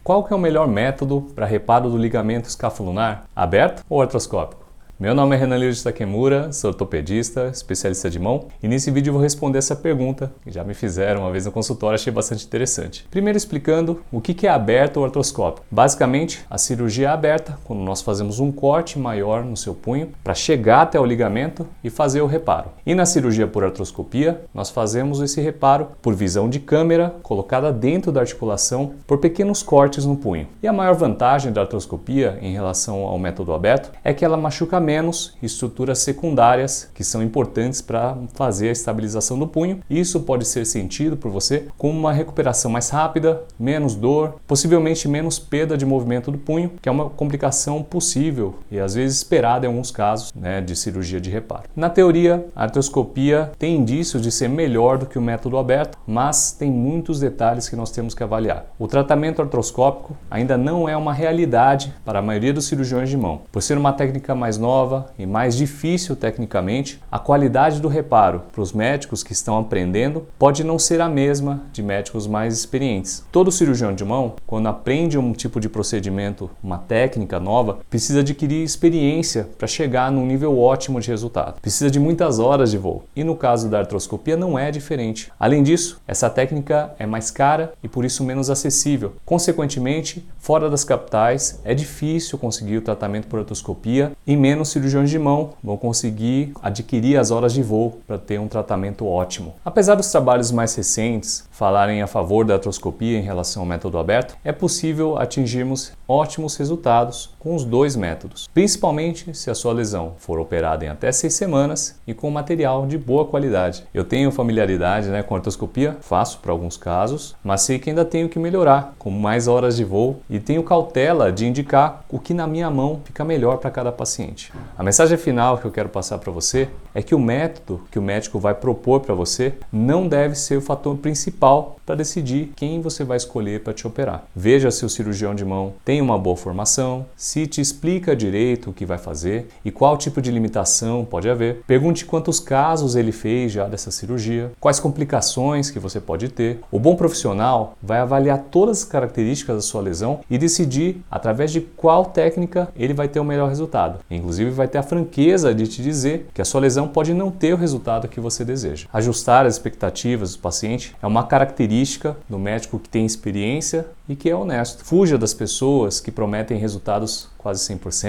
Qual que é o melhor método para reparo do ligamento escáfulo-lunar? Aberto ou artroscópico? Meu nome é Renan Liudes Takemura, sou ortopedista, especialista de mão, e nesse vídeo eu vou responder essa pergunta que já me fizeram uma vez no consultório, achei bastante interessante. Primeiro explicando o que é aberto ou artroscópico. Basicamente, a cirurgia é aberta quando nós fazemos um corte maior no seu punho para chegar até o ligamento e fazer o reparo. E na cirurgia por artroscopia, nós fazemos esse reparo por visão de câmera colocada dentro da articulação por pequenos cortes no punho. E a maior vantagem da artroscopia em relação ao método aberto é que ela machuca menos estruturas secundárias que são importantes para fazer a estabilização do punho. Isso pode ser sentido por você como uma recuperação mais rápida, menos dor, possivelmente menos perda de movimento do punho, que é uma complicação possível e às vezes esperada em alguns casos, de cirurgia de reparo. Na teoria, a artroscopia tem indícios de ser melhor do que o método aberto, mas tem muitos detalhes que nós temos que avaliar. O tratamento artroscópico ainda não é uma realidade para a maioria dos cirurgiões de mão. Por ser uma técnica mais nova e mais difícil tecnicamente, a qualidade do reparo para os médicos que estão aprendendo pode não ser a mesma de médicos mais experientes. Todo cirurgião de mão, quando aprende um tipo de procedimento, uma técnica nova, precisa adquirir experiência para chegar num nível ótimo de resultado. Precisa de muitas horas de voo. E no caso da artroscopia não é diferente. Além disso, essa técnica é mais cara e por isso menos acessível. Consequentemente, fora das capitais, é difícil conseguir o tratamento por artroscopia e menos cirurgiões de mão vão conseguir adquirir as horas de voo para ter um tratamento ótimo. Apesar dos trabalhos mais recentes falarem a favor da artroscopia em relação ao método aberto, é possível atingirmos ótimos resultados com os dois métodos, principalmente se a sua lesão for operada em até 6 semanas e com material de boa qualidade. Eu tenho familiaridade com a artroscopia, faço para alguns casos, mas sei que ainda tenho que melhorar com mais horas de voo e tenho cautela de indicar o que na minha mão fica melhor para cada paciente. A mensagem final que eu quero passar para você é que o método que o médico vai propor para você não deve ser o fator principal para decidir quem você vai escolher para te operar. Veja se o cirurgião de mão tem uma boa formação, se te explica direito o que vai fazer e qual tipo de limitação pode haver. Pergunte quantos casos ele fez já dessa cirurgia, quais complicações que você pode ter. O bom profissional vai avaliar todas as características da sua lesão e decidir através de qual técnica ele vai ter o melhor resultado. Inclusive vai ter a franqueza de te dizer que a sua lesão pode não ter o resultado que você deseja. Ajustar as expectativas do paciente é uma característica do médico que tem experiência e que é honesto. Fuja das pessoas que prometem resultados quase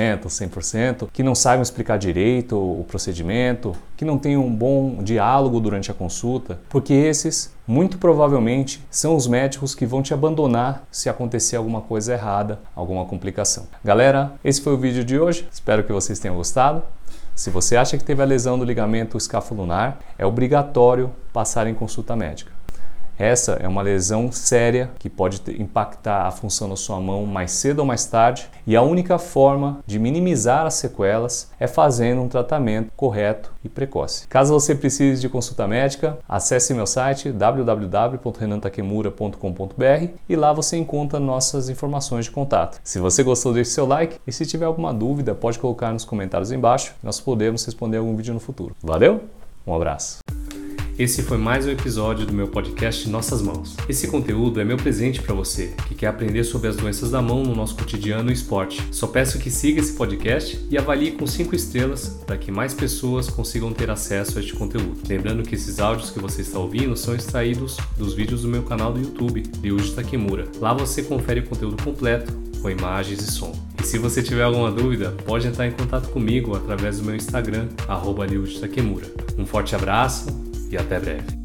100%, que não saibam explicar direito o procedimento, que não tenham um bom diálogo durante a consulta, porque esses, muito provavelmente, são os médicos que vão te abandonar se acontecer alguma coisa errada, alguma complicação. Galera, esse foi o vídeo de hoje, espero que vocês tenham gostado. Se você acha que teve a lesão do ligamento escáfulo-lunar, é obrigatório passar em consulta médica. Essa é uma lesão séria que pode impactar a função da sua mão mais cedo ou mais tarde e a única forma de minimizar as sequelas é fazendo um tratamento correto e precoce. Caso você precise de consulta médica, acesse meu site www.renantakemura.com.br e lá você encontra nossas informações de contato. Se você gostou, deixe seu like e se tiver alguma dúvida, pode colocar nos comentários aí embaixo. Nós podemos responder algum vídeo no futuro. Valeu? Um abraço! Esse foi mais um episódio do meu podcast Nossas Mãos. Esse conteúdo é meu presente para você que quer aprender sobre as doenças da mão no nosso cotidiano e esporte. Só peço que siga esse podcast e avalie com 5 estrelas para que mais pessoas consigam ter acesso a este conteúdo. Lembrando que esses áudios que você está ouvindo são extraídos dos vídeos do meu canal do YouTube, Liudes Takemura. Lá você confere o conteúdo completo, com imagens e som. E se você tiver alguma dúvida, pode entrar em contato comigo através do meu Instagram, @liudestakemura. Um forte abraço e até breve.